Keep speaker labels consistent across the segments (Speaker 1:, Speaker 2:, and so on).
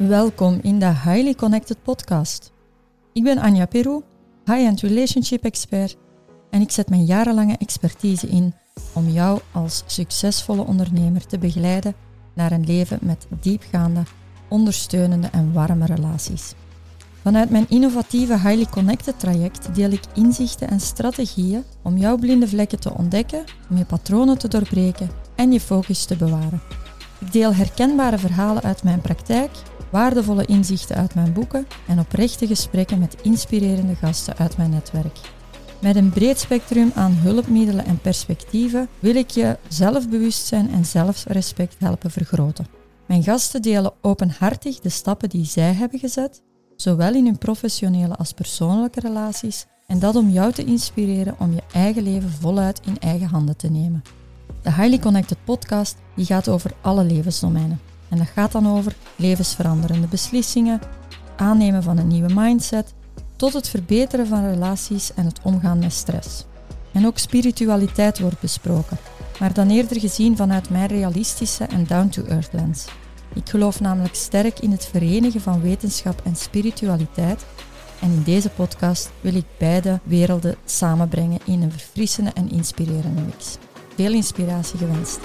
Speaker 1: Welkom in de Highly Connected podcast. Ik ben Anja Peru, high-end relationship expert en ik zet mijn jarenlange expertise in om jou als succesvolle ondernemer te begeleiden naar een leven met diepgaande, ondersteunende en warme relaties. Vanuit mijn innovatieve Highly Connected traject deel ik inzichten en strategieën om jouw blinde vlekken te ontdekken, om je patronen te doorbreken en je focus te bewaren. Ik deel herkenbare verhalen uit mijn praktijk, waardevolle inzichten uit mijn boeken en oprechte gesprekken met inspirerende gasten uit mijn netwerk. Met een breed spectrum aan hulpmiddelen en perspectieven wil ik je zelfbewustzijn en zelfrespect helpen vergroten. Mijn gasten delen openhartig de stappen die zij hebben gezet, zowel in hun professionele als persoonlijke relaties, en dat om jou te inspireren om je eigen leven voluit in eigen handen te nemen. De Highly Connected podcast die gaat over alle levensdomeinen. En dat gaat dan over levensveranderende beslissingen, aannemen van een nieuwe mindset, tot het verbeteren van relaties en het omgaan met stress. En ook spiritualiteit wordt besproken, maar dan eerder gezien vanuit mijn realistische en down-to-earth lens. Ik geloof namelijk sterk in het verenigen van wetenschap en spiritualiteit en in deze podcast wil ik beide werelden samenbrengen in een verfrissende en inspirerende mix. Veel inspiratie gewenst.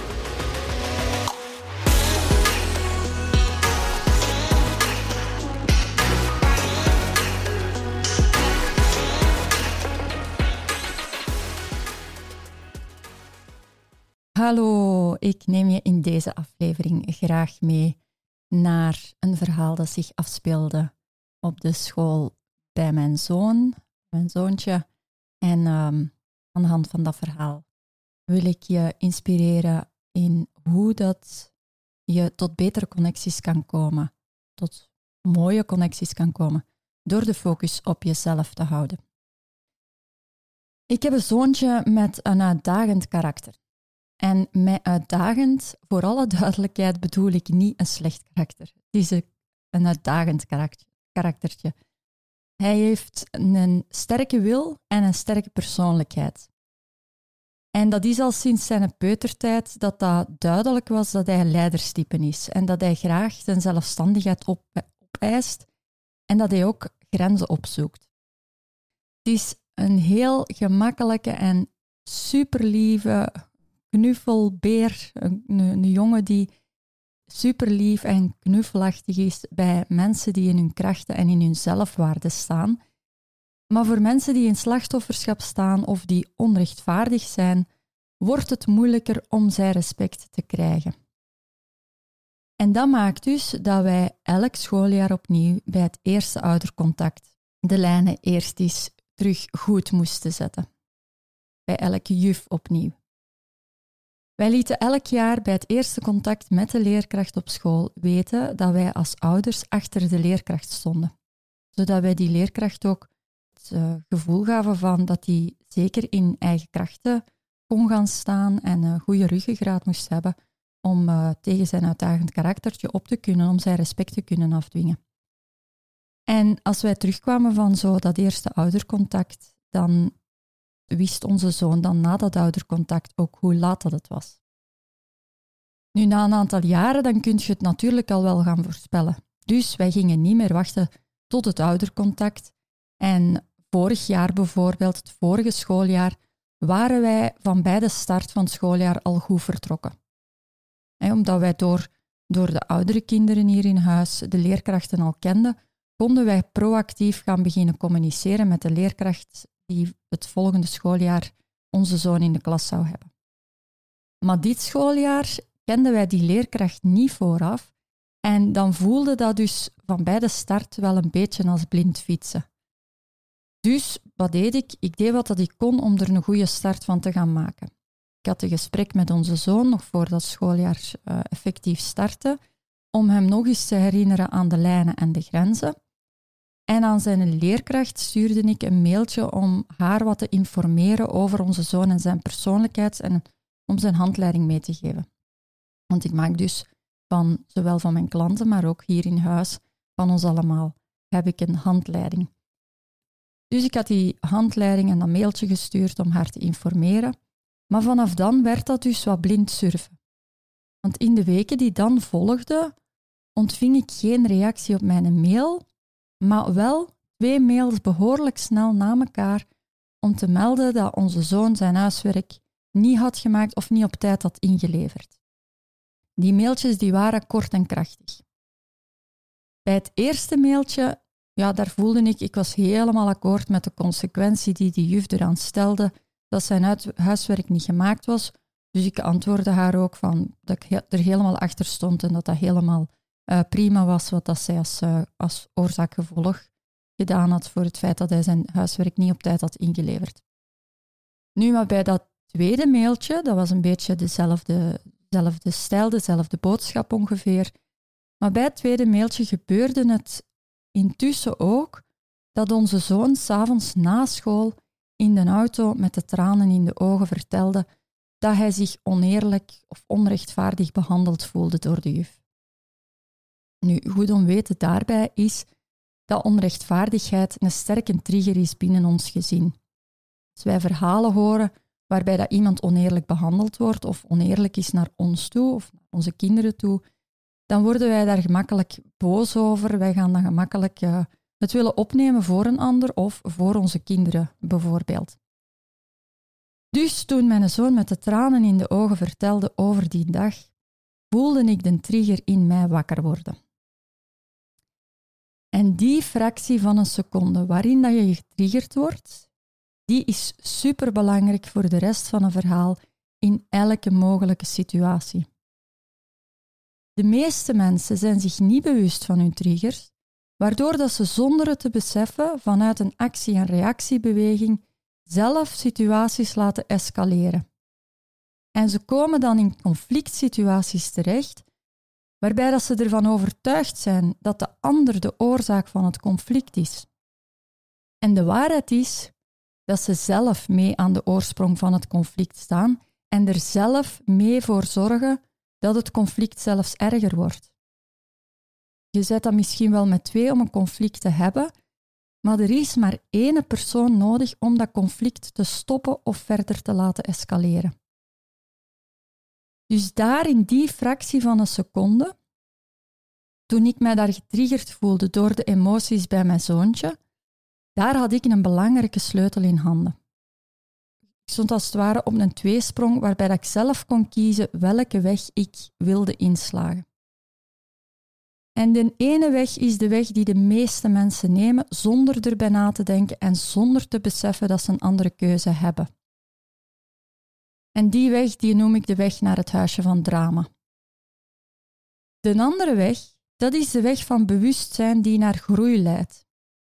Speaker 1: Hallo, ik neem je in deze aflevering graag mee naar een verhaal dat zich afspeelde op de school bij mijn zoontje. En aan de hand van dat verhaal wil ik je inspireren in hoe dat je tot betere connecties kan komen, tot mooie connecties kan komen, door de focus op jezelf te houden. Ik heb een zoontje met een uitdagend karakter. En met uitdagend, voor alle duidelijkheid, bedoel ik niet een slecht karakter. Het is een uitdagend karaktertje. Hij heeft een sterke wil en een sterke persoonlijkheid. En dat is al sinds zijn peutertijd dat duidelijk was dat hij een leiderstype is. En dat hij graag zijn zelfstandigheid opeist en dat hij ook grenzen opzoekt. Het is een heel gemakkelijke en superlieve knuffelbeer, een jongen die superlief en knuffelachtig is bij mensen die in hun krachten en in hun zelfwaarde staan. Maar voor mensen die in slachtofferschap staan of die onrechtvaardig zijn, wordt het moeilijker om zijn respect te krijgen. En dat maakt dus dat wij elk schooljaar opnieuw bij het eerste oudercontact de lijnen eerst eens terug goed moesten zetten. Bij elke juf opnieuw. Wij lieten elk jaar bij het eerste contact met de leerkracht op school weten dat wij als ouders achter de leerkracht stonden. Zodat wij die leerkracht ook het gevoel gaven van dat hij zeker in eigen krachten kon gaan staan en een goede ruggengraat moest hebben om tegen zijn uitdagend karaktertje op te kunnen, om zijn respect te kunnen afdwingen. En als wij terugkwamen van zo dat eerste oudercontact, dan wist onze zoon dan na dat oudercontact ook hoe laat dat het was. Nu, na een aantal jaren, dan kun je het natuurlijk al wel gaan voorspellen. Dus wij gingen niet meer wachten tot het oudercontact. En vorig jaar bijvoorbeeld, het vorige schooljaar, waren wij van bij de start van het schooljaar al goed vertrokken. Omdat wij door de oudere kinderen hier in huis de leerkrachten al kenden, konden wij proactief gaan beginnen communiceren met de leerkracht die het volgende schooljaar onze zoon in de klas zou hebben. Maar dit schooljaar kenden wij die leerkracht niet vooraf en dan voelde dat dus van bij de start wel een beetje als blind fietsen. Dus wat deed ik? Ik deed wat dat ik kon om er een goede start van te gaan maken. Ik had een gesprek met onze zoon nog voor dat schooljaar effectief startte, om hem nog eens te herinneren aan de lijnen en de grenzen. En aan zijn leerkracht stuurde ik een mailtje om haar wat te informeren over onze zoon en zijn persoonlijkheid en om zijn handleiding mee te geven. Want ik maak dus zowel van mijn klanten, maar ook hier in huis, van ons allemaal, heb ik een handleiding. Dus ik had die handleiding en dat mailtje gestuurd om haar te informeren. Maar vanaf dan werd dat dus wat blind surfen. Want in de weken die dan volgden, ontving ik geen reactie op mijn mail, maar wel 2 mails behoorlijk snel na elkaar om te melden dat onze zoon zijn huiswerk niet had gemaakt of niet op tijd had ingeleverd. Die mailtjes die waren kort en krachtig. Bij het eerste mailtje, daar voelde ik was helemaal akkoord met de consequentie die de juf eraan stelde dat zijn huiswerk niet gemaakt was. Dus ik antwoordde haar ook van dat ik er helemaal achter stond en dat dat helemaal prima was wat dat zij als oorzaak-gevolg gedaan had voor het feit dat hij zijn huiswerk niet op tijd had ingeleverd. Nu, maar bij dat tweede mailtje, dat was een beetje dezelfde stijl, dezelfde boodschap ongeveer. Maar bij het tweede mailtje gebeurde het intussen ook dat onze zoon 's avonds na school in de auto met de tranen in de ogen vertelde dat hij zich oneerlijk of onrechtvaardig behandeld voelde door de juf. Nu, goed om weten daarbij is dat onrechtvaardigheid een sterke trigger is binnen ons gezin. Als wij verhalen horen waarbij dat iemand oneerlijk behandeld wordt of oneerlijk is naar ons toe of naar onze kinderen toe, dan worden wij daar gemakkelijk boos over. Wij gaan dan gemakkelijk het willen opnemen voor een ander of voor onze kinderen bijvoorbeeld. Dus toen mijn zoon met de tranen in de ogen vertelde over die dag, voelde ik de trigger in mij wakker worden. En die fractie van een seconde waarin dat je getriggerd wordt, die is superbelangrijk voor de rest van een verhaal in elke mogelijke situatie. De meeste mensen zijn zich niet bewust van hun triggers, waardoor dat ze zonder het te beseffen vanuit een actie- en reactiebeweging zelf situaties laten escaleren. En ze komen dan in conflict situaties terecht, waarbij dat ze ervan overtuigd zijn dat de ander de oorzaak van het conflict is. En de waarheid is dat ze zelf mee aan de oorsprong van het conflict staan en er zelf mee voor zorgen dat het conflict zelfs erger wordt. Je zet dat misschien wel met 2 om een conflict te hebben, maar er is maar 1 persoon nodig om dat conflict te stoppen of verder te laten escaleren. Dus daar in die fractie van een seconde, toen ik mij daar getriggerd voelde door de emoties bij mijn zoontje, daar had ik een belangrijke sleutel in handen. Ik stond als het ware op een tweesprong waarbij ik zelf kon kiezen welke weg ik wilde inslagen. En de ene weg is de weg die de meeste mensen nemen zonder erbij na te denken en zonder te beseffen dat ze een andere keuze hebben. En die weg die noem ik de weg naar het huisje van drama. De andere weg, dat is de weg van bewustzijn die naar groei leidt.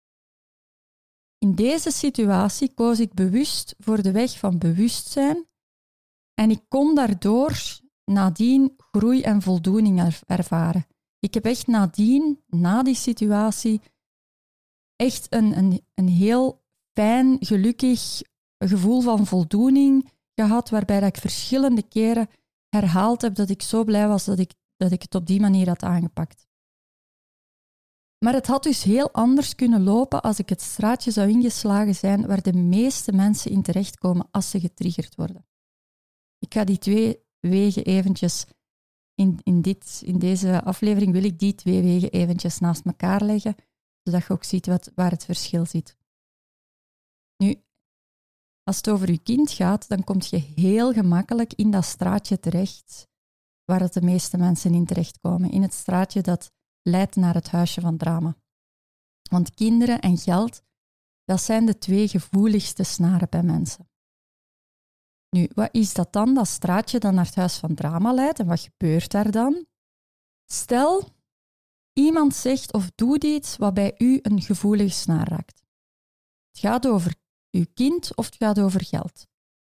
Speaker 1: In deze situatie koos ik bewust voor de weg van bewustzijn en ik kon daardoor nadien groei en voldoening ervaren. Ik heb echt nadien, na die situatie, echt een heel fijn, gelukkig gevoel van voldoening gehad, waarbij dat ik verschillende keren herhaald heb dat ik zo blij was dat ik het op die manier had aangepakt. Maar het had dus heel anders kunnen lopen als ik het straatje zou ingeslagen zijn waar de meeste mensen in terechtkomen als ze getriggerd worden. Ik ga die 2 wegen eventjes, in deze aflevering wil ik die 2 wegen eventjes naast elkaar leggen, zodat je ook ziet waar het verschil zit. Nu, als het over je kind gaat, dan kom je heel gemakkelijk in dat straatje terecht waar het de meeste mensen in terechtkomen. In het straatje dat leidt naar het huisje van drama. Want kinderen en geld, dat zijn de 2 gevoeligste snaren bij mensen. Nu, wat is dat dan, dat straatje dat naar het huis van drama leidt en wat gebeurt daar dan? Stel, iemand zegt of doet iets wat bij u een gevoelige snaar raakt. Het gaat over uw kind of het gaat over geld.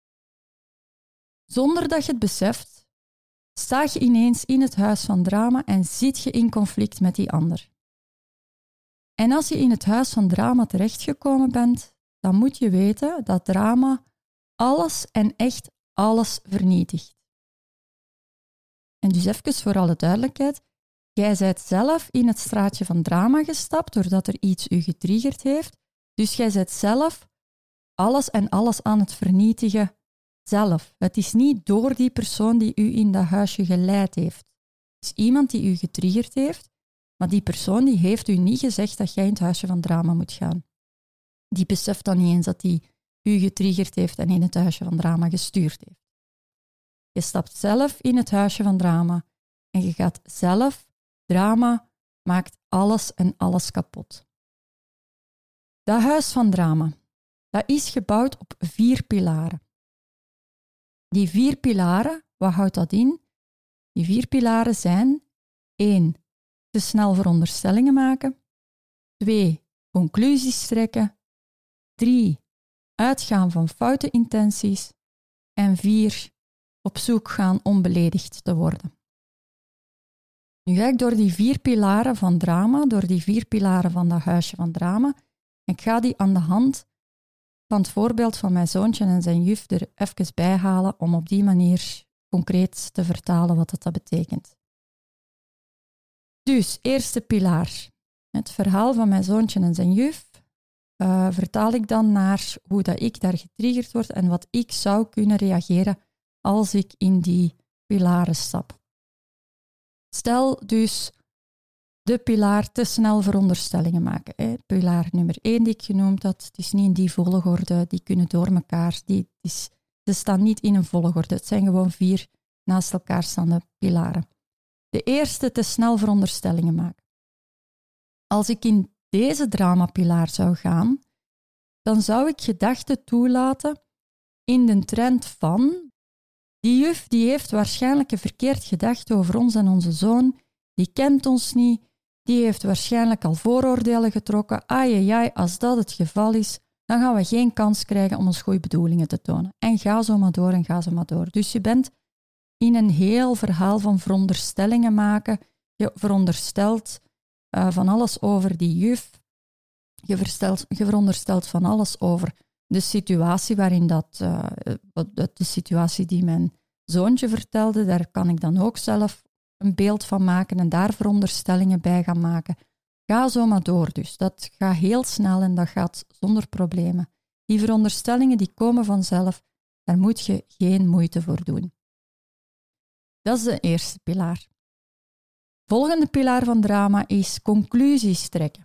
Speaker 1: Zonder dat je het beseft, sta je ineens in het huis van drama en zit je in conflict met die ander. En als je in het huis van drama terechtgekomen bent, dan moet je weten dat drama alles en echt alles vernietigt. En dus even voor alle duidelijkheid, jij bent zelf in het straatje van drama gestapt doordat er iets u getriggerd heeft, dus jij bent zelf alles en alles aan het vernietigen zelf. Het is niet door die persoon die u in dat huisje geleid heeft. Het is iemand die u getriggerd heeft Maar die persoon die heeft u niet gezegd dat jij in het huisje van drama moet gaan. Die beseft dan niet eens dat die u getriggerd heeft en in het huisje van drama gestuurd heeft. Je stapt zelf in het huisje van drama en je gaat zelf. Drama maakt alles en alles kapot. Dat huis van drama, dat is gebouwd op 4 pilaren. Die 4 pilaren, wat houdt dat in? Die 4 pilaren zijn 1. Te snel veronderstellingen maken. 2. Conclusies trekken. 3. Uitgaan van foute intenties. En 4. Op zoek gaan om beledigd te worden. Nu ga ik door die 4 pilaren van drama, door die 4 pilaren van dat huisje van drama, en ik ga die aan de hand van het voorbeeld van mijn zoontje en zijn juf er even bij halen om op die manier concreet te vertalen wat dat betekent. Dus, eerste pilaar. Het verhaal van mijn zoontje en zijn juf vertaal ik dan naar hoe dat ik daar getriggerd word en wat ik zou kunnen reageren als ik in die pilaren stap. Stel dus de pilaar te snel veronderstellingen maken. Pilaar nummer 1 die ik genoemd had, het is niet in die volgorde, die kunnen door elkaar, ze staan niet in een volgorde. Het zijn gewoon 4 naast elkaar staande pilaren. De eerste, te snel veronderstellingen maken. Als ik in deze dramapilaar zou gaan, dan zou ik gedachten toelaten in de trend van die juf die heeft waarschijnlijk een verkeerd gedachte over ons en onze zoon, die kent ons niet, die heeft waarschijnlijk al vooroordelen getrokken. Ai, als dat het geval is, dan gaan we geen kans krijgen om ons goede bedoelingen te tonen. En ga zo maar door en ga zo maar door. Dus je bent in een heel verhaal van veronderstellingen maken. Je veronderstelt van alles over die juf. Je veronderstelt van alles over de situatie waarin de situatie die mijn zoontje vertelde, daar kan ik dan ook zelf een beeld van maken en daar veronderstellingen bij gaan maken. Ga zo maar door dus. Dat gaat heel snel en dat gaat zonder problemen. Die veronderstellingen die komen vanzelf, daar moet je geen moeite voor doen. Dat is de eerste pilaar. Volgende pilaar van drama is conclusies trekken.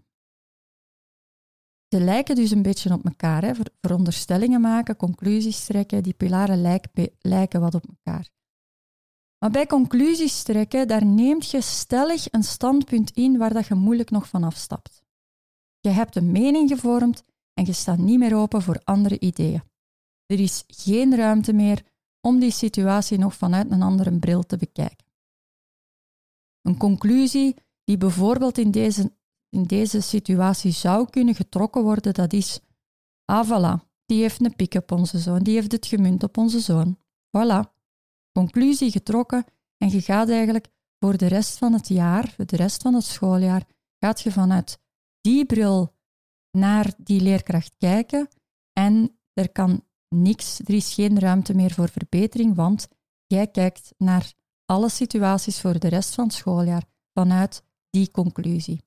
Speaker 1: Ze lijken dus een beetje op elkaar. Hè? Veronderstellingen maken, conclusies trekken, die pilaren lijken wat op elkaar. Maar bij conclusies trekken, daar neemt je stellig een standpunt in waar dat je moeilijk nog van afstapt. Je hebt een mening gevormd en je staat niet meer open voor andere ideeën. Er is geen ruimte meer om die situatie nog vanuit een andere bril te bekijken. Een conclusie die bijvoorbeeld in deze situatie zou kunnen getrokken worden, dat is, voilà, die heeft een pik op onze zoon, die heeft het gemunt op onze zoon. Voilà, conclusie getrokken en je gaat eigenlijk voor de rest van het jaar, de rest van het schooljaar, gaat je vanuit die bril naar die leerkracht kijken en er is geen ruimte meer voor verbetering, want jij kijkt naar alle situaties voor de rest van het schooljaar vanuit die conclusie.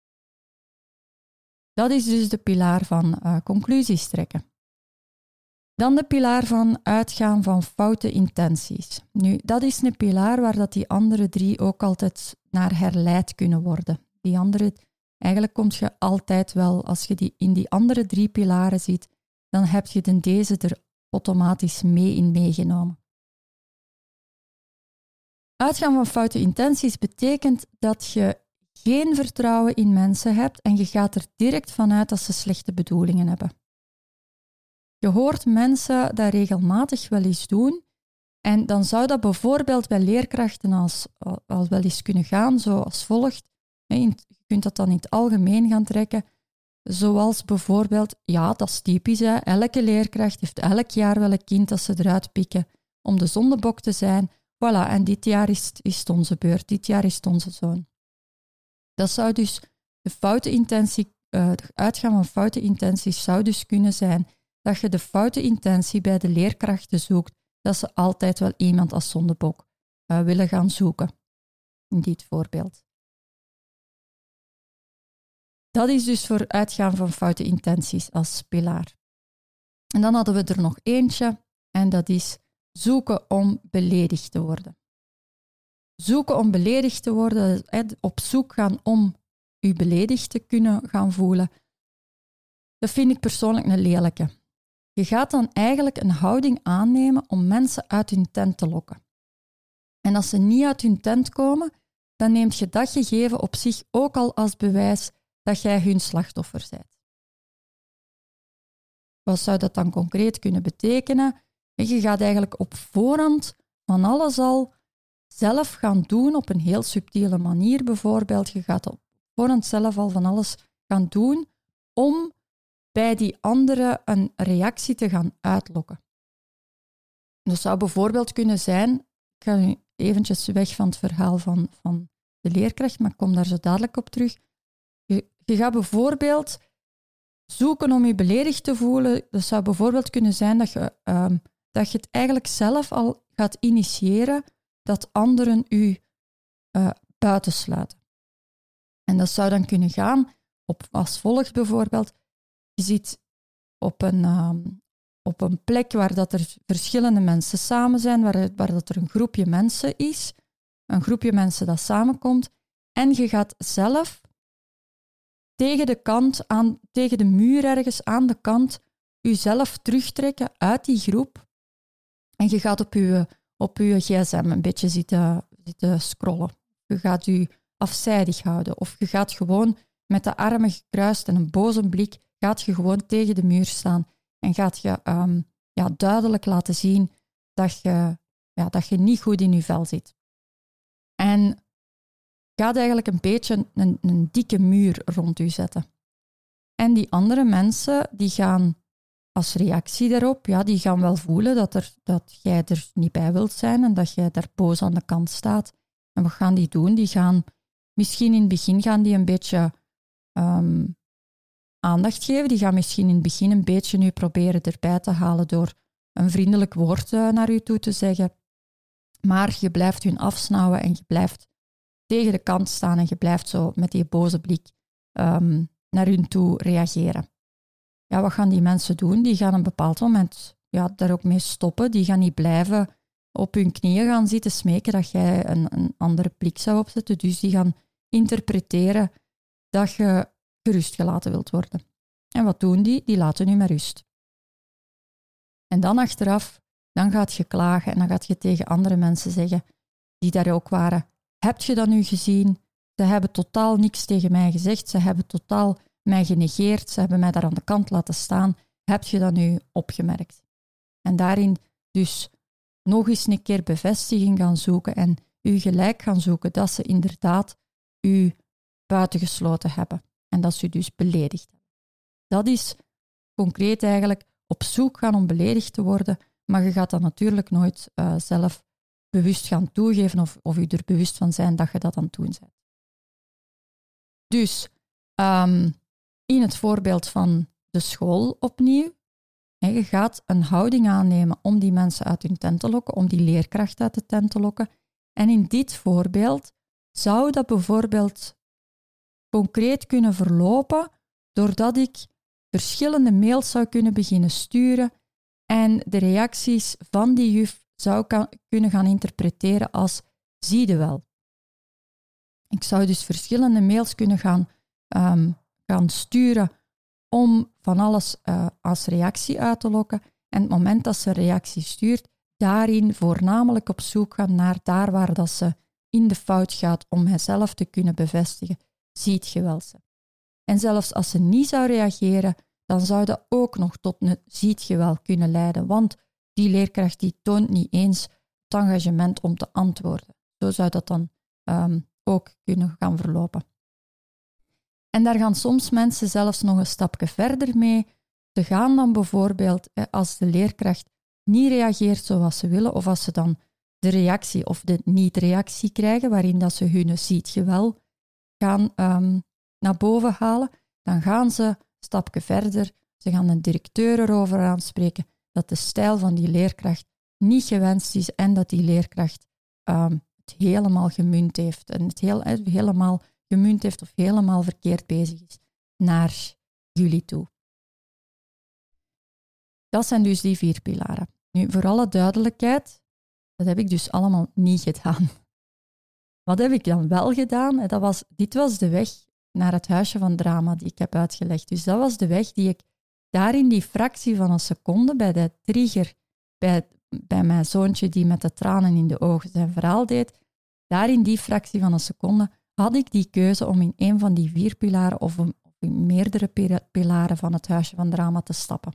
Speaker 1: Dat is dus de pilaar van conclusies trekken. Dan de pilaar van uitgaan van foute intenties. Nu, dat is een pilaar waar dat die andere 3 ook altijd naar herleid kunnen worden. Die andere, eigenlijk kom je altijd wel, als je die in die andere 3 pilaren ziet, dan heb je deze er automatisch meegenomen. Uitgaan van foute intenties betekent dat je geen vertrouwen in mensen hebt en je gaat er direct vanuit dat ze slechte bedoelingen hebben. Je hoort mensen dat regelmatig wel eens doen en dan zou dat bijvoorbeeld bij leerkrachten als wel eens kunnen gaan, zoals volgt. Je kunt dat dan in het algemeen gaan trekken, zoals bijvoorbeeld, ja, dat is typisch, hè. Elke leerkracht heeft elk jaar wel een kind dat ze eruit pikken om de zondebok te zijn. Voilà, en dit jaar is het onze beurt, dit jaar is het onze zoon. Dat zou dus het uitgaan van foute intenties zou dus kunnen zijn dat je de foute intentie bij de leerkrachten zoekt, dat ze altijd wel iemand als zondebok willen gaan zoeken. In dit voorbeeld. Dat is dus voor uitgaan van foute intenties als pilaar. En dan hadden we er nog eentje, en dat is zoeken om beledigd te worden. Zoeken om beledigd te worden, op zoek gaan om u beledigd te kunnen gaan voelen. Dat vind ik persoonlijk een lelijke. Je gaat dan eigenlijk een houding aannemen om mensen uit hun tent te lokken. En als ze niet uit hun tent komen, dan neemt je dat gegeven op zich ook al als bewijs dat jij hun slachtoffer bent. Wat zou dat dan concreet kunnen betekenen? Je gaat eigenlijk op voorhand van alles al zelf gaan doen, op een heel subtiele manier bijvoorbeeld. Je gaat op voorhand zelf al van alles gaan doen om bij die andere een reactie te gaan uitlokken. Dat zou bijvoorbeeld kunnen zijn, ik ga nu eventjes weg van het verhaal van de leerkracht, maar ik kom daar zo dadelijk op terug. Je gaat bijvoorbeeld zoeken om je beledigd te voelen. Dat zou bijvoorbeeld kunnen zijn dat je het eigenlijk zelf al gaat initiëren dat anderen u buitensluiten. En dat zou dan kunnen gaan als volgt bijvoorbeeld. Je zit op een plek waar dat er verschillende mensen samen zijn, waar dat er een groepje mensen is, een groepje mensen dat samenkomt, en je gaat zelf tegen de muur ergens aan de kant jezelf terugtrekken uit die groep en je gaat op je gsm een beetje zitten scrollen. Je gaat je afzijdig houden of je gaat gewoon met de armen gekruist en een boze blik gaat je gewoon tegen de muur staan en gaat je duidelijk laten zien dat je niet goed in je vel zit. En gaat eigenlijk een beetje een dikke muur rond u zetten. En die andere mensen, die gaan als reactie daarop, die gaan wel voelen dat jij er niet bij wilt zijn en dat jij daar boos aan de kant staat. En wat gaan die doen? Die gaan misschien in het begin een beetje aandacht geven. Die gaan misschien in het begin een beetje nu proberen erbij te halen door een vriendelijk woord naar u toe te zeggen. Maar je blijft hun afsnauwen en je blijft tegen de kant staan en je blijft zo met die boze blik naar hun toe reageren. Ja, wat gaan die mensen doen? Die gaan op een bepaald moment daar ook mee stoppen. Die gaan niet blijven op hun knieën gaan zitten smeken dat jij een andere blik zou opzetten. Dus die gaan interpreteren dat je gerustgelaten wilt worden. En wat doen die? Die laten u met rust. En dan achteraf, dan gaat je klagen en dan gaat je tegen andere mensen zeggen die daar ook waren. Heb je dat nu gezien? Ze hebben totaal niks tegen mij gezegd. Ze hebben totaal mij genegeerd. Ze hebben mij daar aan de kant laten staan. Heb je dat nu opgemerkt? En daarin dus nog eens een keer bevestiging gaan zoeken en u gelijk gaan zoeken dat ze inderdaad u buitengesloten hebben. En dat ze u dus beledigd hebben. Dat is concreet eigenlijk op zoek gaan om beledigd te worden, maar je gaat dat natuurlijk nooit zelf bewust gaan toegeven of u er bewust van zijn dat je dat aan het doen bent. Dus in het voorbeeld van de school opnieuw, je gaat een houding aannemen om die mensen uit hun tent te lokken, om die leerkracht uit de tent te lokken. En in dit voorbeeld zou dat bijvoorbeeld concreet kunnen verlopen doordat ik verschillende mails zou kunnen beginnen sturen en de reacties van die juf zou kunnen gaan interpreteren als zie je wel. Ik zou dus verschillende mails kunnen gaan sturen om van alles als reactie uit te lokken. En het moment dat ze een reactie stuurt, daarin voornamelijk op zoek gaan naar daar waar dat ze in de fout gaat om henzelf te kunnen bevestigen. Ziet je wel ze. En zelfs als ze niet zou reageren, dan zou dat ook nog tot een ziet je wel kunnen leiden. Want die leerkracht die toont niet eens het engagement om te antwoorden. Zo zou dat dan ook kunnen gaan verlopen. En daar gaan soms mensen zelfs nog een stapje verder mee. Ze gaan dan bijvoorbeeld, als de leerkracht niet reageert zoals ze willen, of als ze dan de reactie of de niet-reactie krijgen, waarin dat ze hun ziet je wel gaan naar boven halen, dan gaan ze een stapje verder. Ze gaan de directeur erover aanspreken dat de stijl van die leerkracht niet gewenst is en dat die leerkracht het helemaal gemunt heeft. En het helemaal gemunt heeft of helemaal verkeerd bezig is naar jullie toe. Dat zijn dus die 4 pilaren. Nu, voor alle duidelijkheid, dat heb ik dus allemaal niet gedaan. Wat heb ik dan wel gedaan? Dit was de weg naar het huisje van drama die ik heb uitgelegd. Dus dat was de weg die ik daar in die fractie van een seconde, bij de trigger, bij mijn zoontje die met de tranen in de ogen zijn verhaal deed, daar in die fractie van een seconde had ik die keuze om in een van die 4 pilaren of in meerdere pilaren van het huisje van drama te stappen.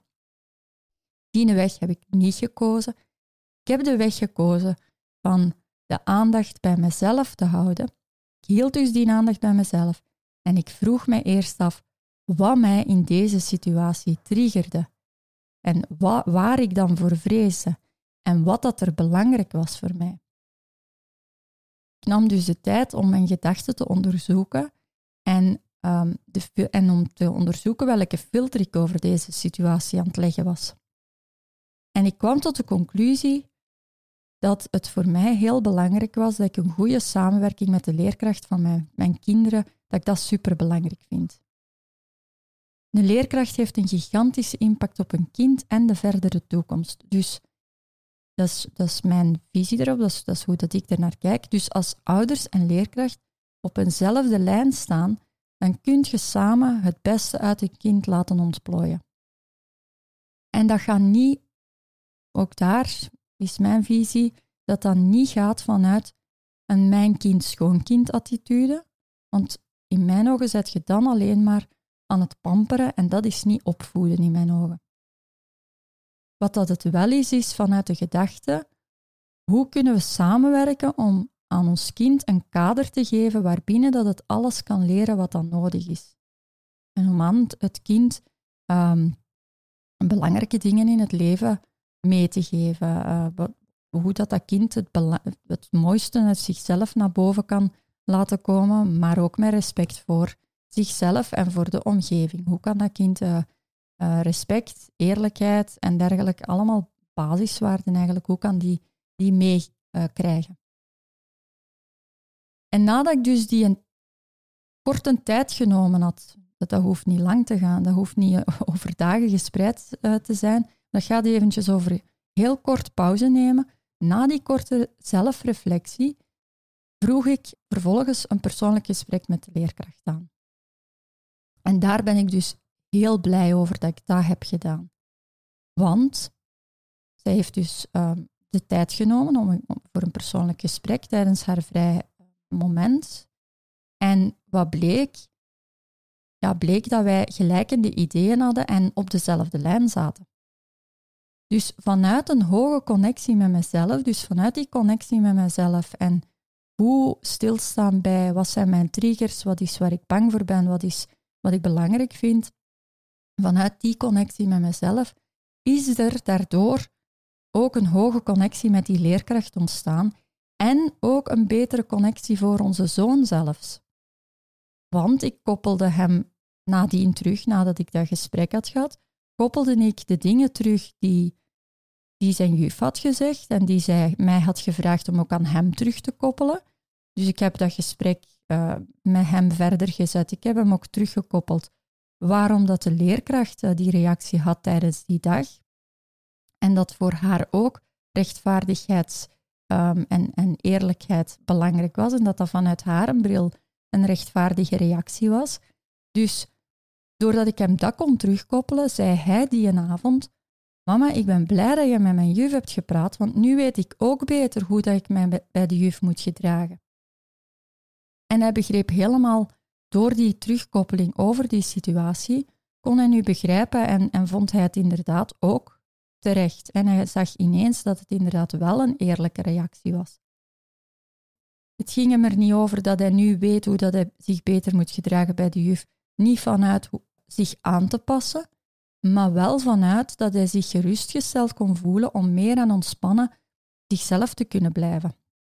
Speaker 1: Die weg heb ik niet gekozen. Ik heb de weg gekozen van de aandacht bij mezelf te houden. Ik hield dus die aandacht bij mezelf en ik vroeg mij eerst af wat mij in deze situatie triggerde en waar ik dan voor vreesde en wat dat er belangrijk was voor mij. Ik nam dus de tijd om mijn gedachten te onderzoeken en om te onderzoeken welke filter ik over deze situatie aan het leggen was. En ik kwam tot de conclusie dat het voor mij heel belangrijk was dat ik een goede samenwerking met de leerkracht van mijn kinderen, dat ik dat superbelangrijk vind. Een leerkracht heeft een gigantische impact op een kind en de verdere toekomst. Dus dat is mijn visie erop, dat is hoe dat ik er naar kijk. Dus als ouders en leerkracht op eenzelfde lijn staan, dan kun je samen het beste uit je kind laten ontplooien. En dat gaat niet, ook daar is mijn visie, dat niet gaat vanuit een mijn kind, schoon kind attitude. Want in mijn ogen zet je dan alleen maar aan het pamperen en dat is niet opvoeden in mijn ogen. Wat dat het wel is vanuit de gedachte, hoe kunnen we samenwerken om aan ons kind een kader te geven waarbinnen dat het alles kan leren wat dan nodig is. En om aan het kind belangrijke dingen in het leven mee te geven. Hoe dat kind het mooiste uit zichzelf naar boven kan laten komen, maar ook met respect voor zichzelf en voor de omgeving. Hoe kan dat kind respect, eerlijkheid en dergelijke, allemaal basiswaarden eigenlijk, hoe kan die meekrijgen? En nadat ik dus die een korte tijd genomen had, dat hoeft niet lang te gaan, dat hoeft niet over dagen gespreid te zijn, dat gaat eventjes over heel kort pauze nemen. Na die korte zelfreflectie vroeg ik vervolgens een persoonlijk gesprek met de leerkracht aan. En daar ben ik dus heel blij over dat ik dat heb gedaan. Want zij heeft dus de tijd genomen voor een persoonlijk gesprek tijdens haar vrij moment. En wat bleek? Ja, bleek dat wij gelijkende ideeën hadden en op dezelfde lijn zaten. Dus vanuit een hoge connectie met mezelf, dus vanuit die connectie met mezelf en hoe stilstaan bij wat zijn mijn triggers, wat is waar ik bang voor ben, wat ik belangrijk vind, vanuit die connectie met mezelf, is er daardoor ook een hoge connectie met die leerkracht ontstaan en ook een betere connectie voor onze zoon zelfs. Want ik koppelde hem nadien terug, nadat ik dat gesprek had gehad, koppelde ik de dingen terug die zijn juf had gezegd en die zij mij had gevraagd om ook aan hem terug te koppelen. Dus ik heb dat gesprek met hem verder gezet. Ik heb hem ook teruggekoppeld waarom dat de leerkracht die reactie had tijdens die dag. En dat voor haar ook rechtvaardigheid en eerlijkheid belangrijk was en dat vanuit haar een bril een rechtvaardige reactie was. Dus doordat ik hem dat kon terugkoppelen, zei hij die een avond: mama, ik ben blij dat je met mijn juf hebt gepraat, want nu weet ik ook beter hoe dat ik mij bij de juf moet gedragen. En hij begreep helemaal, door die terugkoppeling over die situatie, kon hij nu begrijpen en vond hij het inderdaad ook terecht. En hij zag ineens dat het inderdaad wel een eerlijke reactie was. Het ging hem er niet over dat hij nu weet hoe dat hij zich beter moet gedragen bij de juf. Niet vanuit zich aan te passen, maar wel vanuit dat hij zich gerustgesteld kon voelen om meer en ontspannen zichzelf te kunnen blijven.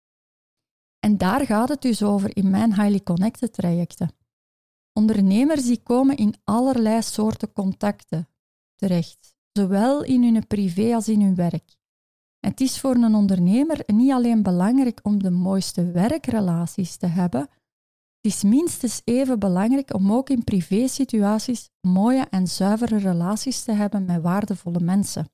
Speaker 1: En daar gaat het dus over in mijn Highly Connected trajecten. Ondernemers die komen in allerlei soorten contacten terecht, zowel in hun privé als in hun werk. Het is voor een ondernemer niet alleen belangrijk om de mooiste werkrelaties te hebben, het is minstens even belangrijk om ook in privésituaties mooie en zuivere relaties te hebben met waardevolle mensen.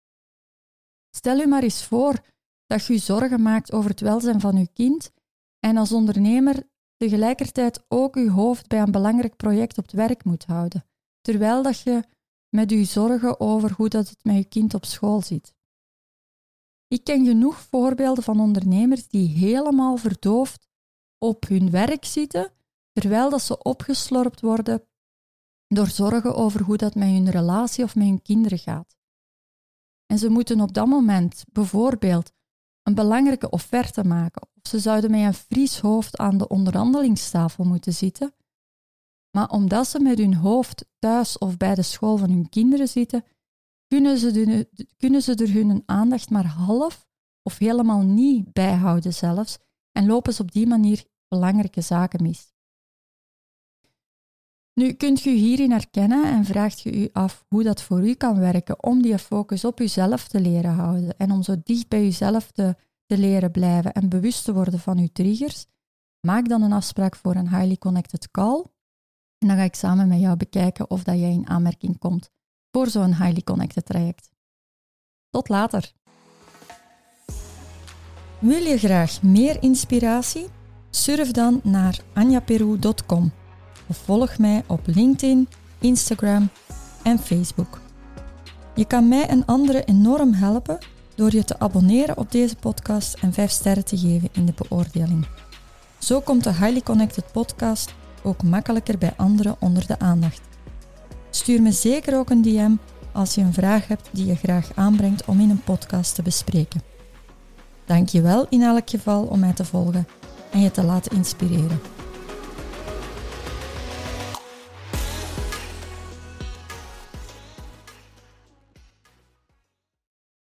Speaker 1: Stel u maar eens voor dat je je zorgen maakt over het welzijn van uw kind en als ondernemer tegelijkertijd ook je hoofd bij een belangrijk project op het werk moet houden, terwijl dat je met je zorgen over hoe dat het met je kind op school zit. Ik ken genoeg voorbeelden van ondernemers die helemaal verdoofd op hun werk zitten, terwijl dat ze opgeslorpt worden door zorgen over hoe dat met hun relatie of met hun kinderen gaat. En ze moeten op dat moment bijvoorbeeld een belangrijke offerte maken, of ze zouden met een fris hoofd aan de onderhandelingstafel moeten zitten, maar omdat ze met hun hoofd thuis of bij de school van hun kinderen zitten, kunnen ze er hun aandacht maar half of helemaal niet bijhouden zelfs en lopen ze op die manier belangrijke zaken mis. Nu kunt je hierin herkennen en vraagt je u af hoe dat voor u kan werken om die focus op uzelf te leren houden en om zo dicht bij uzelf te leren blijven en bewust te worden van uw triggers. Maak dan een afspraak voor een Highly Connected Call en dan ga ik samen met jou bekijken of dat jij in aanmerking komt voor zo'n Highly Connected traject. Tot later! Wil je graag meer inspiratie? Surf dan naar anjaperu.com of volg mij op LinkedIn, Instagram en Facebook. Je kan mij en anderen enorm helpen door je te abonneren op deze podcast en 5 sterren te geven in de beoordeling. Zo komt de Highly Connected podcast ook makkelijker bij anderen onder de aandacht. Stuur me zeker ook een DM als je een vraag hebt die je graag aanbrengt om in een podcast te bespreken. Dank je wel in elk geval om mij te volgen en je te laten inspireren.